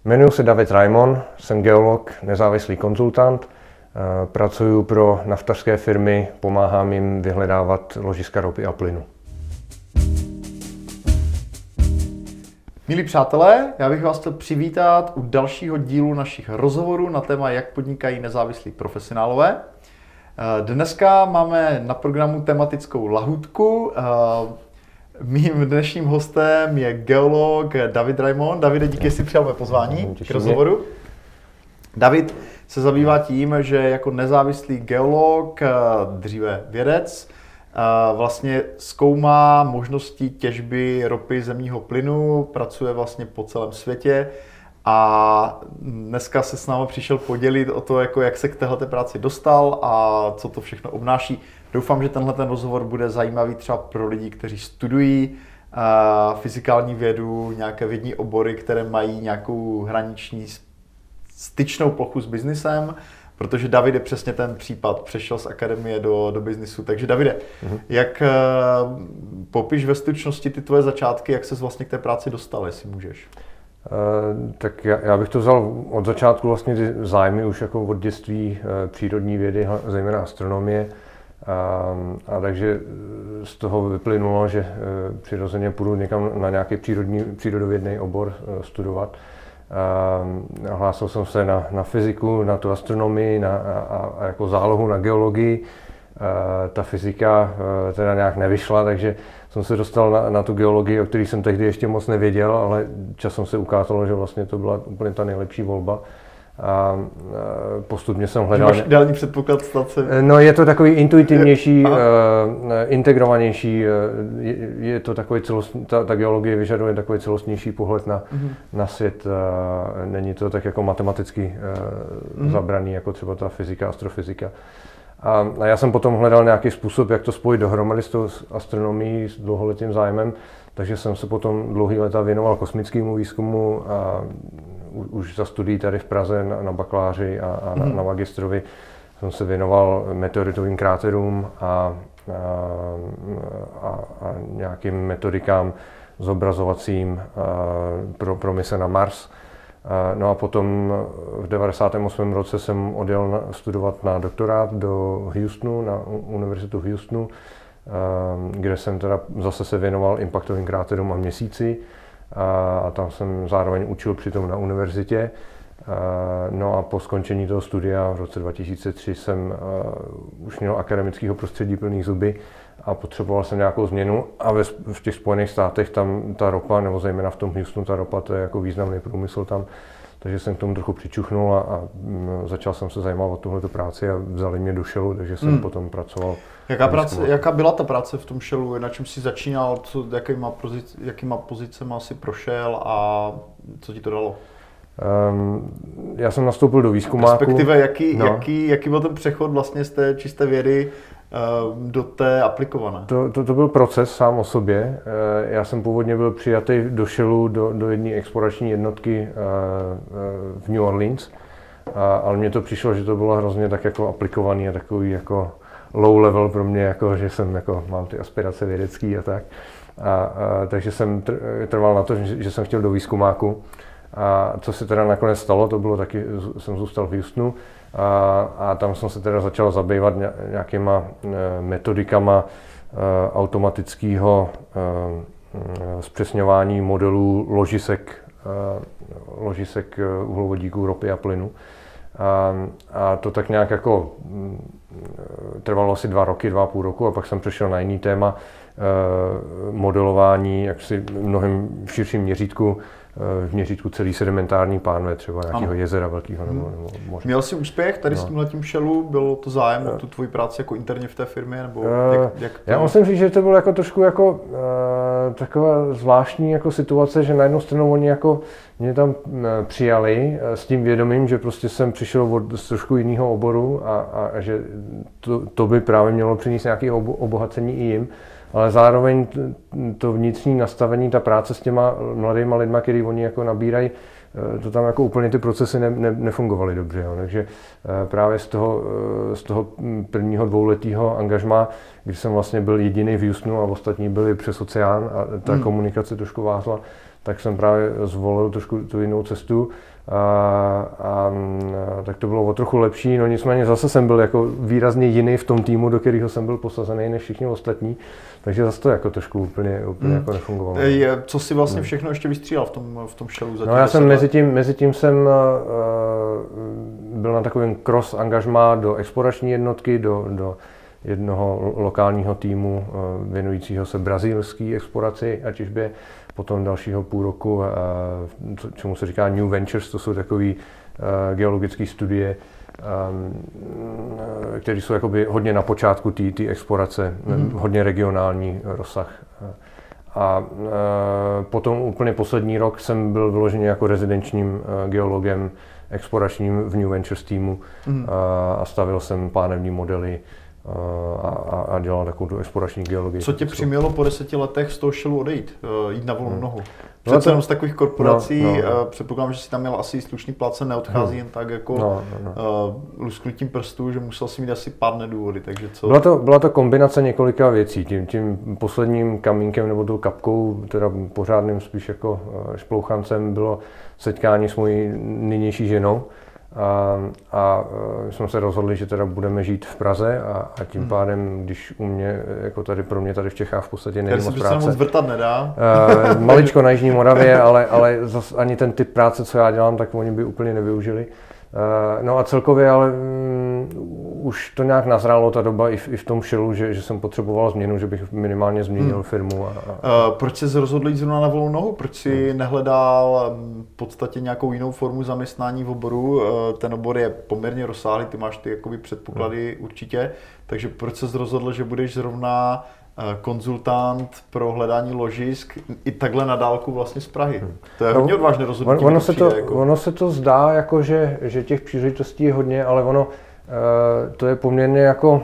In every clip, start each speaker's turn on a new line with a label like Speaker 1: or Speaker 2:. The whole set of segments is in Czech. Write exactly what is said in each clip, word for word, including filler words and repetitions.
Speaker 1: Jmenuji se David Raimond, jsem geolog, nezávislý konzultant, pracuji pro naftařské firmy, pomáhám jim vyhledávat ložiska ropy a plynu.
Speaker 2: Milí přátelé, já bych vás chtěl přivítat u dalšího dílu našich rozhovorů na téma, jak podnikají nezávislí profesionálové. Dneska máme na programu tematickou lahůdku. Mým dnešním hostem je geolog David Raimond. Davide, díky, že jsi přijal mé pozvání k rozhovoru. David se zabývá tím, že jako nezávislý geolog, dříve vědec, vlastně zkoumá možnosti těžby ropy, zemního plynu, pracuje vlastně po celém světě a dneska se s námi přišel podělit o to, jako jak se k téhleté práci dostal a co to všechno obnáší. Doufám, že tenhle ten rozhovor bude zajímavý třeba pro lidi, kteří studují uh, fyzikální vědu, nějaké vědní obory, které mají nějakou hraniční styčnou plochu s biznisem, protože David je přesně ten případ, přešel z akademie do, do biznisu. Takže Davide, mm-hmm. jak uh, popiš ve stručnosti ty tvoje začátky, jak ses vlastně k té práci dostal, jestli můžeš?
Speaker 1: Uh, tak já, já bych to vzal od začátku vlastně ty zájmy už jako od dětství, uh, přírodní vědy, zejména astronomie. A, a takže z toho vyplynulo, že uh, přirozeně půjdu někam na nějaký přírodní, přírodovědný obor uh, studovat. Uh, hlásil jsem se na, na fyziku, na tu astronomii na, a, a jako zálohu na geologii. Uh, ta fyzika uh, teda nějak nevyšla, takže jsem se dostal na, na tu geologii, o které jsem tehdy ještě moc nevěděl, ale časem se ukázalo, že vlastně to byla úplně ta nejlepší volba. A postupně jsem hledal...
Speaker 2: Máš ideální předpoklad stát se...
Speaker 1: No, je to takový intuitivnější, uh, integrovanější, uh, je, je to takový celostní, ta, ta geologie vyžaduje takový celostnější pohled na, uh-huh. na svět. Uh, není to tak jako matematicky uh, uh-huh. zabraný, jako třeba ta fyzika, astrofyzika. A, a já jsem potom hledal nějaký způsob, jak to spojit dohromady s tou astronomií, s dlouholetým zájmem, takže jsem se potom dlouhý léta věnoval kosmickému výzkumu a už za studií tady v Praze na, na bakaláři a, a na, na magistrovi jsem se věnoval meteoritovým kráterům a, a, a, a nějakým metodikám zobrazovacím a, pro, pro mise na Mars. A, no a potom v devadesátém osmém roce jsem odjel na, studovat na doktorát do Houstonu, na univerzitu v Houstonu, a, kde jsem teda zase se věnoval impaktovým kráterům a měsíci. A tam jsem zároveň učil přitom na univerzitě. No a po skončení toho studia v roce dva tisíce tři jsem už měl akademického prostředí plný zuby a potřeboval jsem nějakou změnu. A ve, v těch Spojených státech tam ta ropa, nebo zejména v tom Houstonu ta ropa, to je jako významný průmysl tam. Takže jsem k tomu trochu přičuchnul a, a začal jsem se zajímat o tuhletu práci a vzali mě do Shellu, takže jsem hmm. potom pracoval.
Speaker 2: Jaká, práce, jaká byla ta práce v tom Shellu? Na čem jsi začínal? Co, jakýma, pozic, jakýma pozicema jsi prošel a co ti to dalo?
Speaker 1: Um, já jsem nastoupil do výzkumáku.
Speaker 2: Respektive, jaký, no. jaký, jaký byl ten přechod vlastně z té čisté vědy uh, do té aplikované? To,
Speaker 1: to, to byl proces sám o sobě. Uh, já jsem původně byl přijatý do Shellu, do, do jedné explorační jednotky uh, uh, v New Orleans, uh, ale mně to přišlo, že to bylo hrozně tak jako aplikovaný a takový jako low level pro mě, jako, že jsem jako, mám ty aspirace vědecký a tak. A, a, takže jsem trval na to, že, že jsem chtěl do výzkumáku. A co se teda nakonec stalo, to bylo taky, jsem zůstal v Houstonu a, a tam jsem se teda začal zabývat nějakýma metodikama automatického zpřesňování modelů ložisek, ložisek uhlovodíků, ropy a plynu. A, a to tak nějak jako trvalo asi dva roky, dva a půl roku a pak jsem přešel na jiný téma modelování jaksi mnohem širším měřítku, v měřítku celý sedimentární pánve, třeba nějakého jezera velkého nebo, nebo moře.
Speaker 2: Měl jsi úspěch tady no. s tímhletím Shellu? Bylo to zájem o tu tvoji práci jako interně v té firmě? Nebo jak, jak to...
Speaker 1: Já musím říct, že to bylo jako trošku jako uh, taková zvláštní jako situace, že na jednu stranu oni jako mě tam uh, přijali uh, s tím vědomím, že prostě jsem přišel od z trošku jiného oboru a, a, a že to, to by právě mělo přinést nějaké obohacení i jim. Ale zároveň to vnitřní nastavení, ta práce s těma mladýma lidma, který oni jako nabírají, to tam jako úplně ty procesy ne, ne, nefungovaly dobře. Jo. Takže právě z toho, z toho prvního dvouletého angažmá, když jsem vlastně byl jediný v Houstonu a ostatní byli přes oceán a ta hmm. komunikace trošku vázla, tak jsem právě zvolil trošku tu jinou cestu. A, a, a tak to bylo o trochu lepší, no nicméně zase jsem byl jako výrazně jiný v tom týmu, do kterého jsem byl posazený než všichni ostatní, takže zase to jako trošku úplně, úplně hmm. jako nefungovalo.
Speaker 2: Je, co si vlastně všechno ještě vystřídal v tom, v tom show?
Speaker 1: No já jsem mezi tím, mezi tím jsem uh, byl na takovém cross angažmá do explorační jednotky, do, do jednoho lokálního týmu uh, věnujícího se brazilské exploraci a těžbě. Potom dalšího půl roku, čemu se říká New Ventures, to jsou takové geologické studie, které jsou jakoby hodně na počátku té explorace, mm. hodně regionální rozsah. A potom úplně poslední rok jsem byl vyloženě jako rezidenčním geologem exploračním v New Ventures týmu mm. a stavil jsem pánevní modely A, a, a dělal takovou tu explorační geologii.
Speaker 2: Co tě přimělo po deseti letech z toho Shellu odejít, jít na volnou hmm. nohu? Přece jenom z takových korporací, no, no, no. předpokládám, že si tam měl asi slušný pláce, neodchází hmm. jen tak jako no, no, no. Uh, lusknutím prstů, že musel si mít asi pádné důvody, takže co?
Speaker 1: Byla to, byla to kombinace několika věcí, tím, tím posledním kamínkem nebo tou kapkou, teda pořádným spíš jako šplouchancem bylo setkání s mojí nynější ženou. A, a jsme se rozhodli, že teda budeme žít v Praze a, a tím hmm. pádem, když u mě, jako tady pro mě tady v Čechách v podstatě není moc práce.
Speaker 2: Já se vrtat nedá.
Speaker 1: Uh, maličko na Jižní Moravě, ale, ale zas ani ten typ práce, co já dělám, tak oni by úplně nevyužili. Uh, no a celkově, ale um, už to nějak nazrálo ta doba i v, i v tom Shellu, že, že jsem potřeboval změnu, že bych minimálně změnil hmm. firmu. A, a...
Speaker 2: Uh, proč jsi rozhodl jít zrovna na volnou nohu? Proč jsi hmm. nehledal v podstatě nějakou jinou formu zaměstnání v oboru? Uh, ten obor je poměrně rozsáhlý, ty máš ty jakoby předpoklady hmm. určitě, takže proč jsi rozhodl, že budeš zrovna konzultant pro hledání ložisk i takhle na dálku vlastně z Prahy. To je hodně odvážné rozhodnutí.
Speaker 1: Ono se to, jako... ono se to zdá, jako že, že těch příležitostí je hodně, ale ono uh, to je poměrně jako...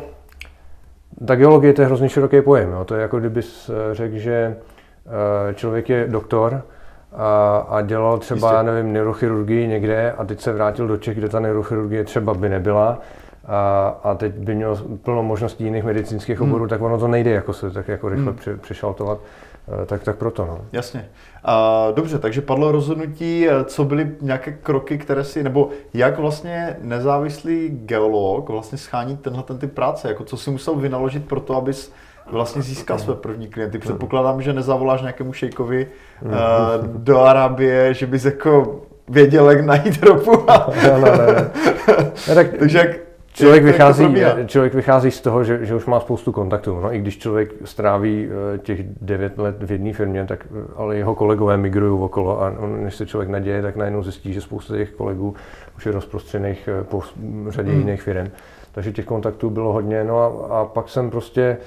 Speaker 1: Ta geologie to je hrozně široký pojem. Jo. To je jako kdybys řekl, že uh, člověk je doktor a, a dělal třeba, já nevím, neurochirurgii někde a teď se vrátil do Čech, kde ta neurochirurgie třeba by nebyla. A, a teď by měl plno možností jiných medicínských oborů, hmm. tak ono to nejde jako se tak jako rychle hmm. přešaltovat, tak, tak proto. No.
Speaker 2: Jasně. A, dobře, takže padlo rozhodnutí, co byly nějaké kroky, které si, nebo jak vlastně nezávislý geolog vlastně schání tenhle ten typ práce, jako co si musel vynaložit pro to, abys vlastně získal své první klienty. Předpokládám, že nezavoláš nějakému šejkovi hmm. uh, do Arábie, že bys jako věděl, jak najít ropu.
Speaker 1: no, no, no, no. Tak...
Speaker 2: takže jak
Speaker 1: Člověk vychází, člověk vychází z toho, že, že už má spoustu kontaktů. No, i když člověk stráví těch devět let v jedné firmě, tak ale jeho kolegové migrují okolo a on, než se člověk naděje, tak najednou zjistí, že spousta těch kolegů už je rozprostřených po řadě hmm. jiných firm. Takže těch kontaktů bylo hodně. No a, a pak jsem prostě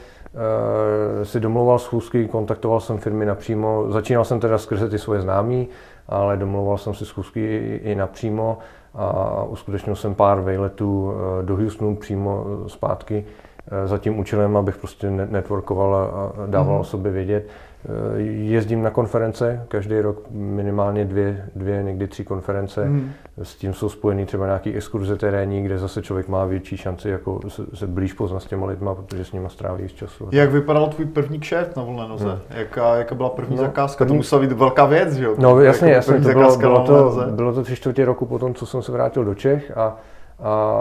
Speaker 1: uh, si domlouval schůzky, kontaktoval jsem firmy napřímo. Začínal jsem teda skrze ty svoje známí, ale domlouval jsem si schůzky i, i napřímo. A uskutečnil jsem pár vejletů do Houstonu přímo zpátky za tím účelem, abych prostě networkoval a dával mm. o sobě vědět. Jezdím na konference, každý rok minimálně dvě, dvě někdy tři konference. Mm. S tím jsou spojený třeba nějaký exkurze terénní, kde zase člověk má větší šanci jako se, se blíž poznat s těma lidma, protože s nima stráví víc času.
Speaker 2: Jak vypadal tvůj první kšeft na volné noze? Mm. Jaká, jaká byla první no, zakázka? První... To musela být velká věc, že jo?
Speaker 1: No jasně, jasně. To bylo, bylo, to, bylo to tři čtvrtě roku potom, co jsem se vrátil do Čech a A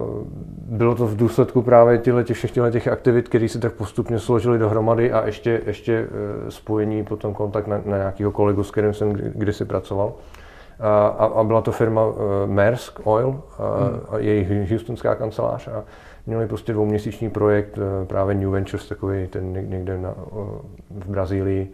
Speaker 1: bylo to v důsledku právě těch všech těch aktivit, které se tak postupně složily dohromady a ještě, ještě spojení, potom kontakt na, na nějakého kolegu, s kterým jsem kdysi pracoval. A, a byla to firma Maersk Oil a, hmm. a jejich houstonská kancelář a měli prostě dvouměsíční projekt právě New Ventures, takový ten někde na, v Brazílii,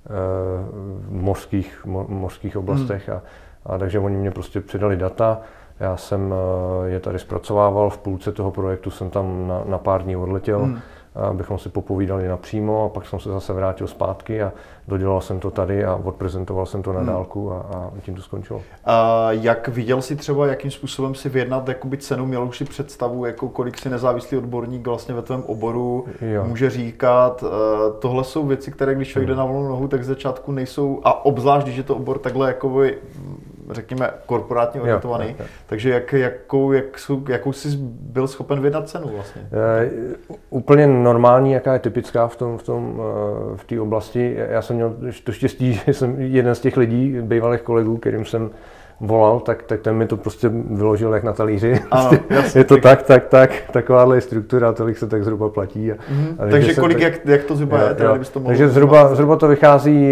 Speaker 1: v mořských, mořských oblastech. Hmm. A, a takže oni mě prostě předali data. Já jsem je tady zpracovával, v půlce toho projektu jsem tam na, na pár dní odletěl, hmm. abychom si popovídali napřímo a pak jsem se zase vrátil zpátky a dodělal jsem to tady a odprezentoval jsem to na hmm. dálku a, a tím to skončilo.
Speaker 2: A jak viděl jsi třeba, jakým způsobem si vyjednat jakoby cenu, měl už si představu, jako kolik si nezávislý odborník vlastně ve tvém oboru jo. může říkat. Tohle jsou věci, které když člověk jde na volnou nohu, tak z začátku nejsou, a obzvlášť, když je to obor takhle jakoby řekněme, korporátně orientovaný. Jo, jo, jo. Takže jak, jakou, jak, jakou jsi byl schopen vydat cenu vlastně?
Speaker 1: E, úplně normální, jaká je typická v tom, v tom, v té oblasti. Já jsem měl to štěstí, že jsem jeden z těch lidí, bývalých kolegů, kterým jsem volal, tak, tak ten mi to prostě vyložil jak na talíři. Ano, jasný, je to tak, tak, tak, takováhle je struktura, tolik se tak zhruba platí. A,
Speaker 2: mm-hmm. a takže kolik, tak, jak, jak to zhruba je? Teda, to
Speaker 1: takže zhruba, zhruba to vychází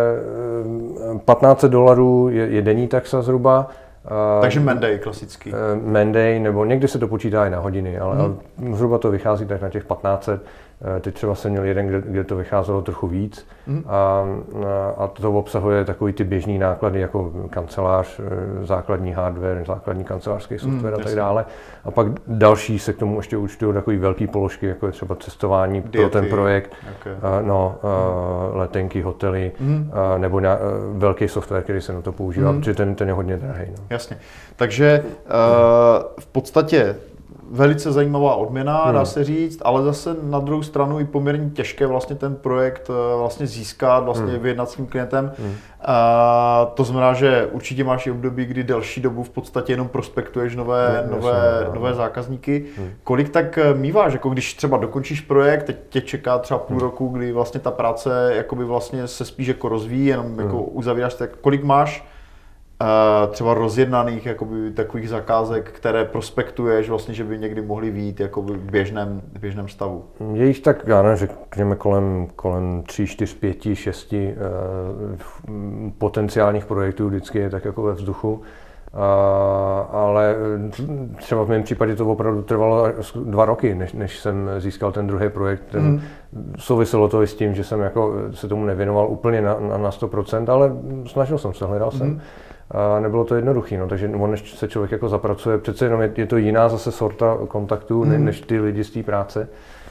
Speaker 1: patnáct set dolarů je, je denní taxa zhruba.
Speaker 2: Takže Monday klasický.
Speaker 1: Monday, nebo někdy se to počítá i na hodiny, ale, mm. ale zhruba to vychází tak na těch patnáct set. Teď třeba jsem měl jeden, kde, kde to vycházelo trochu víc mm. a, a to obsahuje takový ty běžný náklady jako kancelář, základní hardware, základní kancelářský software mm, a tak dále. A pak další se k tomu ještě účtují takový velký položky, jako je třeba cestování Diety. Pro ten projekt, okay. no, mm. letenky, hotely, mm. nebo na, velký software, který se na to používá, mm. protože ten, ten je hodně drahý. No.
Speaker 2: Jasně. Takže uh, v podstatě velice zajímavá odměna, hmm. dá se říct, ale zase na druhou stranu i poměrně těžké vlastně ten projekt vlastně získat, vlastně hmm. vyjednat s tím klientem. Hmm. A to znamená, že určitě máš i období, kdy delší dobu v podstatě jenom prospektuješ nové, hmm, nové, jasně, nové zákazníky. Hmm. Kolik tak míváš, jako když třeba dokončíš projekt, teď tě čeká třeba půl hmm. roku, kdy vlastně ta práce jakoby vlastně se spíš jako rozvíjí, jenom hmm. jako uzavíráš, tak kolik máš Uh, třeba rozjednaných jakoby, takových zakázek, které prospektuješ, vlastně, že by někdy mohly vyjít jakoby, v, běžném, v běžném stavu?
Speaker 1: Je jich tak, já nevím, řekněme kolem, kolem tři, čtyři, pět, šest uh, potenciálních projektů vždycky je tak jako ve vzduchu. Uh, ale třeba v mém případě to opravdu trvalo dva roky, než, než jsem získal ten druhý projekt. Ten mm. Souviselo to i s tím, že jsem jako se tomu nevěnoval úplně na, na, na sto procent, ale snažil jsem se, hledal mm. jsem. A nebylo to jednoduché, no, takže on, než se člověk jako zapracuje, přece jenom je, je to jiná zase sorta kontaktů, mm. než ty lidi z té práce.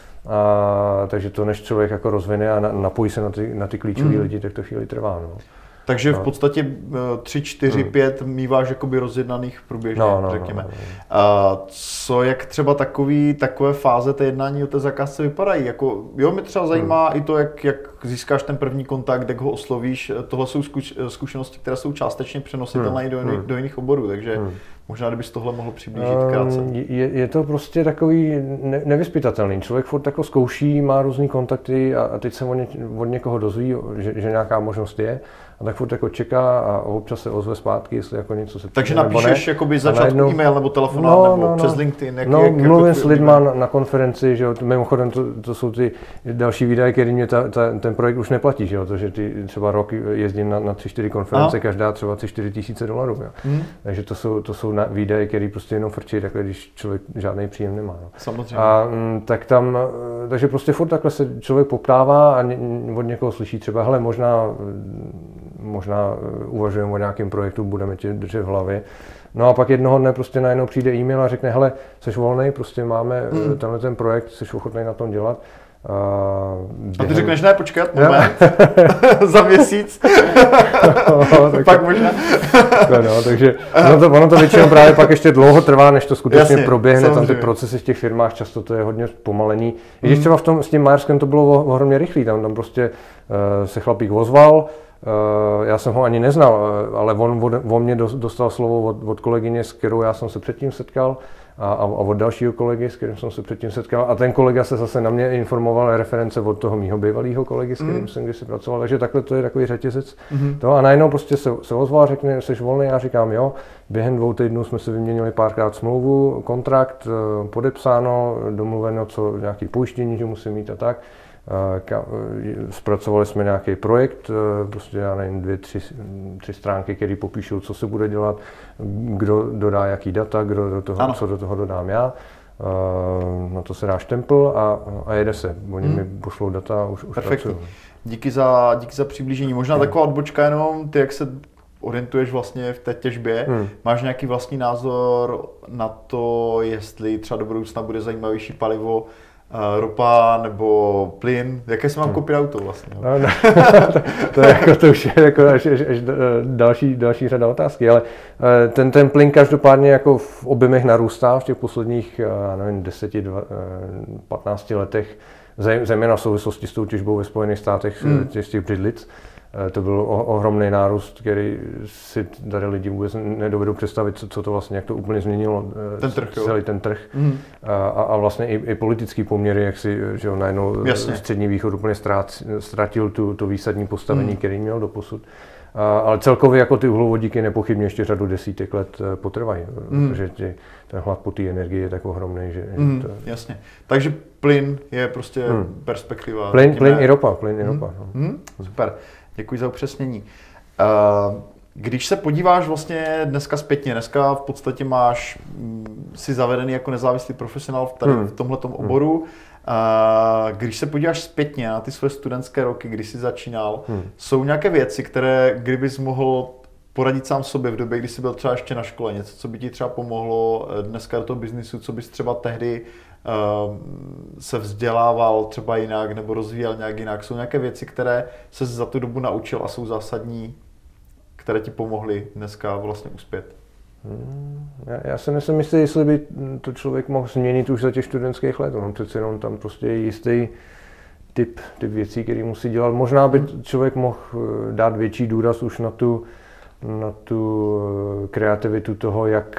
Speaker 1: A, takže to, než člověk jako rozvine a na, napojí se na ty, na ty klíčové mm. lidi, tak to chvíli trvá. No.
Speaker 2: Takže v podstatě tři, čtyři, pět míváš jakoby rozjednaných průběžně, no, no, řekněme. No, no, no. A co, jak třeba takový, takové fáze té jednání o té zakázce vypadají? Jako, jo, mě třeba zajímá hmm. i to, jak, jak získáš ten první kontakt, jak ho oslovíš. Tohle jsou zkuš, zkušenosti, které jsou částečně přenositelné hmm. i do, jiných, hmm. do jiných oborů, takže hmm. možná, kdybys tohle mohl přiblížit krátce.
Speaker 1: Je, je to prostě takový ne, nevyzpytatelný. Člověk furt jako zkouší, má různý kontakty a, a teď se od, ně, od někoho dozví, že, že nějaká možnost je. A tak furt jako čeká a občas se ozve zpátky, jestli jako něco se...
Speaker 2: Takže napíšeš jakoby začátku najednou... e-mail nebo telefonát no, nebo no, přes LinkedIn? Jak,
Speaker 1: no,
Speaker 2: jak,
Speaker 1: mluvím
Speaker 2: jako
Speaker 1: s lidma na, na konferenci, že jo, mimochodem to, to jsou ty další výdaje, které mě ta, ta, ten projekt už neplatí, že jo, to, že ty třeba rok jezdím na, na tři, čtyři konference, Aha. každá třeba tři, čtyři tisíce dolarů, jo. Hmm. Takže to jsou, to jsou na, výdaje, které prostě jenom frčí takhle, když člověk žádný příjem nemá. Jo.
Speaker 2: Samozřejmě.
Speaker 1: A tak tam, takže prostě furt takhle se člověk poptává a ně, od někoho slyší třeba, hele, možná možná uvažujeme o nějakém projektu, budeme tě držet v hlavě. No a pak jednoho dne prostě najednou přijde e-mail a řekne, hele, jsi volnej, prostě máme mm. tenhle ten projekt, jsi ochotný na tom dělat. A,
Speaker 2: během... a ty řekneš, ne, počkat, moment, za měsíc, no, tak pak možná.
Speaker 1: no, takže ono to, ono to většinou právě pak ještě dlouho trvá, než to skutečně Jasně, proběhne, samozřejmě. Tam ty procesy v těch firmách, často to je hodně zpomalení. Mm. I když třeba v tom, s tím Majerskem to bylo ohromně rychlý, tam, tam prostě uh, se chlapík ozval, Uh, já jsem ho ani neznal, ale on od, on mě dostal slovo od, od kolegyně, s kterou já jsem se předtím setkal a, a od dalšího kolegy, s kterým jsem se předtím setkal a ten kolega se zase na mě informoval reference od toho mýho bývalého kolegy, s kterým mm. jsem kdysi pracoval, takže takhle to je takový řetězec. Mm. To, a najednou prostě se, se ozval, řekne, jsi volný, já říkám jo, během dvou týdnů jsme si vyměnili párkrát smlouvu, kontrakt, podepsáno, domluveno, co nějaké pojištění, že musím mít a tak. Zpracovali jsme nějaký projekt, prostě já nevím, dvě, tři, tři stránky, které popíšou, co se bude dělat, kdo dodá jaký data, kdo do toho, co do toho dodám já. Na to se dá štempl a, a jede se. Oni hmm. mi pošlou data a už, už pracuju.
Speaker 2: Díky za, díky za přiblížení. Možná hmm. taková odbočka jenom, ty jak se orientuješ vlastně v té těžbě, hmm. máš nějaký vlastní názor na to, jestli třeba do budoucna bude zajímavější palivo, Uh, ropa nebo plyn, jaké se mám hmm. koupit auto vlastně?
Speaker 1: No, no, to, to, je jako, to už je jako až, až, až další, další řada otázky, ale ten, ten plyn každopádně jako v objemech narůstá v těch posledních, já nevím, deseti, patnácti letech, zejména v souvislosti s tou těžbou ve Spojených státech hmm. z těch břidlic. to byl ohromný nárůst, který si tady lidi vůbec nedovedou představit, co, co to vlastně, jak to úplně změnilo
Speaker 2: ten trh,
Speaker 1: celý ten trh.
Speaker 2: Mm.
Speaker 1: A, a vlastně i, i politický poměry, jak si, že jo, najednou Jasně. Střední východ úplně ztrát, ztratil tu, to výsadní postavení, mm. který měl doposud. A, ale celkově jako ty uhlovodíky nepochybně ještě řadu desítek let potrvají, mm. protože tě, ten hlad po té energii je tak ohromný, že...
Speaker 2: Mm.
Speaker 1: že to...
Speaker 2: Jasně. Takže plyn je prostě mm. perspektiva.
Speaker 1: Plyn, řekněme... plyn i ropa, plyn i ropa.
Speaker 2: Mm. No. Mm. Super, děkuji za upřesnění. Uh, Když se podíváš vlastně dneska zpětně, dneska v podstatě máš si zavedený jako nezávislý profesionál v, tady, hmm. v tomhletom oboru. Hmm. Když se podíváš zpětně na ty své studentské roky, kdy jsi začínal, hmm. jsou nějaké věci, které kdybys mohl poradit sám sobě v době, kdy jsi byl třeba ještě na škole, něco, co by ti třeba pomohlo dneska do toho biznisu, co bys třeba tehdy uh, se vzdělával třeba jinak nebo rozvíjel nějak jinak. Jsou nějaké věci, které se za tu dobu naučil a jsou zásadní, které ti pomohly dneska vlastně uspět?
Speaker 1: Hmm, já, já si myslím, jestli, jestli by to člověk mohl změnit už za těch studentských let. On přece jenom tam prostě je jistý typ, typ věcí, který musí dělat. Možná by člověk mohl dát větší důraz už na tu, na tu kreativitu toho, jak,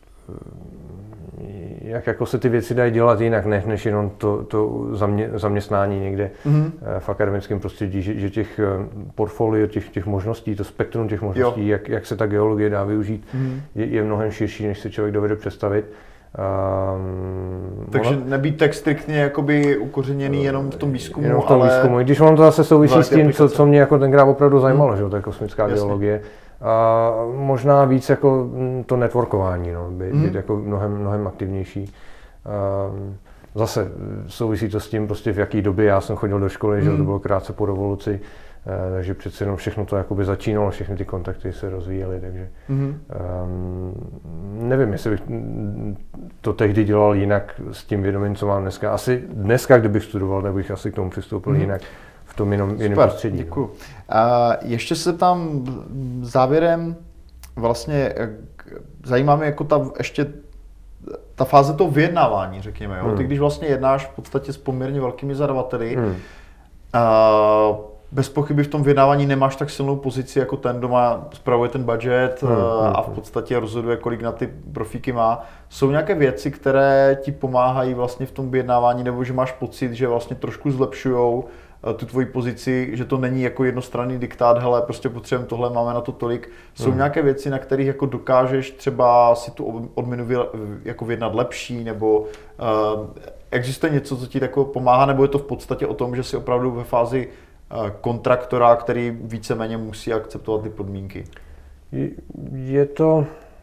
Speaker 1: jak jako se ty věci dají dělat jinak, než, než jenom to, to zamě, zaměstnání někde mm-hmm. v akademickém prostředí, že, že těch portfolio, těch, těch možností, to spektrum těch možností, jak, jak se ta geologie dá využít, mm-hmm. je, je mnohem širší, než se člověk dovede představit. Um,
Speaker 2: Takže ono, nebýt tak striktně jakoby ukořeněný jenom v tom výzkumu,
Speaker 1: jenom v tom
Speaker 2: ale...
Speaker 1: výzkumu. Když ono to zase souvisí s tím, co, co mě jako tenkrát opravdu zajímalo, mm. že to je kosmická
Speaker 2: Jasně.
Speaker 1: geologie. A možná víc jako to networkování, no, být, mm. být jako mnohem, mnohem aktivnější. Um, zase souvisí to s tím, prostě v jaký době já jsem chodil do školy, mm. že to bylo krátce po revoluci, uh, takže přece jenom všechno to jakoby začínalo, všechny ty kontakty se rozvíjely, takže mm. um, nevím, jestli bych to tehdy dělal jinak s tím vědomím, co mám dneska. Asi dneska, kdybych studoval, tak bych asi k tomu přistoupil mm. jinak. V tom jenom jiném prostředí.
Speaker 2: Děkuju. A ještě se tam závěrem vlastně zajímá mě jako ta ještě ta fáze toho vyjednávání, řekněme. Jo? Hmm. Ty když vlastně jednáš v podstatě s poměrně velkými zadavateli, hmm. a bez pochyby v tom vyjednávání nemáš tak silnou pozici jako ten, kdo má, spravuje ten budget hmm. a v podstatě rozhoduje, kolik na ty profíky má. Jsou nějaké věci, které ti pomáhají vlastně v tom vyjednávání, nebo že máš pocit, že vlastně trošku zlepšujou tu tvoji pozici, že to není jako jednostranný diktát, hele, prostě potřebujeme tohle, máme na to tolik. Jsou mm. nějaké věci, na kterých jako dokážeš třeba si tu odměnu jako vyjednat lepší, nebo uh, existuje něco, co ti jako pomáhá, nebo je to v podstatě o tom, že jsi opravdu ve fázi uh, kontraktora, který víceméně musí akceptovat ty podmínky?
Speaker 1: Je, je to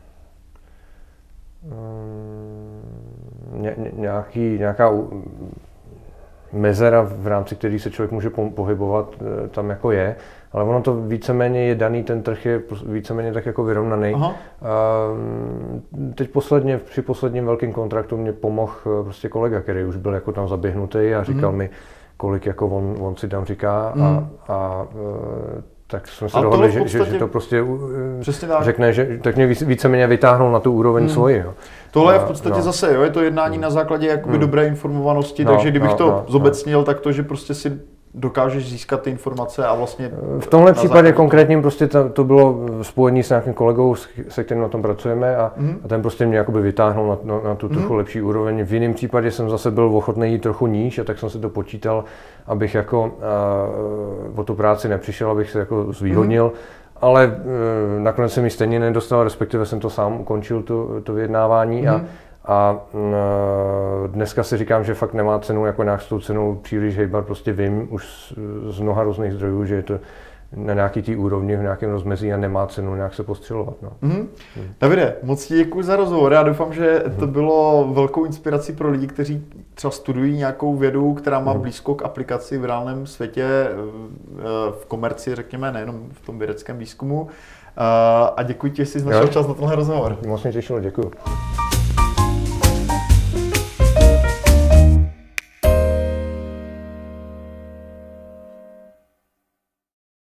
Speaker 1: um, ně, nějaký, nějaká mezera, v rámci který se člověk může pohybovat, tam jako je, ale ono to víceméně je daný, ten trh je víceméně tak jako vyrovnaný. Aha. Teď posledně, při posledním velkým kontraktu mě pomohl prostě kolega, který už byl jako tam zaběhnutý a říkal mm. mi, kolik jako on, on si tam říká mm. a, a tak jsme se dohodli, že, že, že to prostě řekne, že tak mě víceméně vytáhnou na tu úroveň hmm. svoji. Jo.
Speaker 2: Tohle je v podstatě no. zase, jo, je to jednání na základě jakoby hmm. dobré informovanosti, no, takže kdybych no, to no, zobecnil, no. tak to, že prostě si dokážeš získat ty informace a vlastně...
Speaker 1: V tomhle případě konkrétním prostě to, to bylo spojení s nějakým kolegou, se kterým na tom pracujeme a, mm. a ten prostě mě jakoby vytáhnul na, na, na tu trochu mm. lepší úroveň. V jiném případě jsem zase byl ochotný jít trochu níž a tak jsem se to počítal, abych jako uh, o tu práci nepřišel, abych se jako zvýhodnil. Mm. Ale uh, nakonec jsem ji stejně nedostal, respektive jsem to sám ukončil, to, to vyjednávání mm. a A dneska si říkám, že fakt nemá cenu jako nějak s tou cenou příliš hejbat, prostě vím už z mnoha různých zdrojů, že je to na nějaký té úrovni, v nějakém rozmezí a nemá cenu nějak se postřelovat. No. Mm-hmm. Mm.
Speaker 2: Davide, moc ti děkuji za rozhovor. Já doufám, že to bylo velkou inspirací pro lidi, kteří třeba studují nějakou vědu, která má blízko k aplikaci v reálném světě, v komerci, řekněme, nejenom v tom vědeckém výzkumu. A děkuji ti, že jsi našel čas na tenhle rozhovor.
Speaker 1: Moc mě těšilo, děkuji.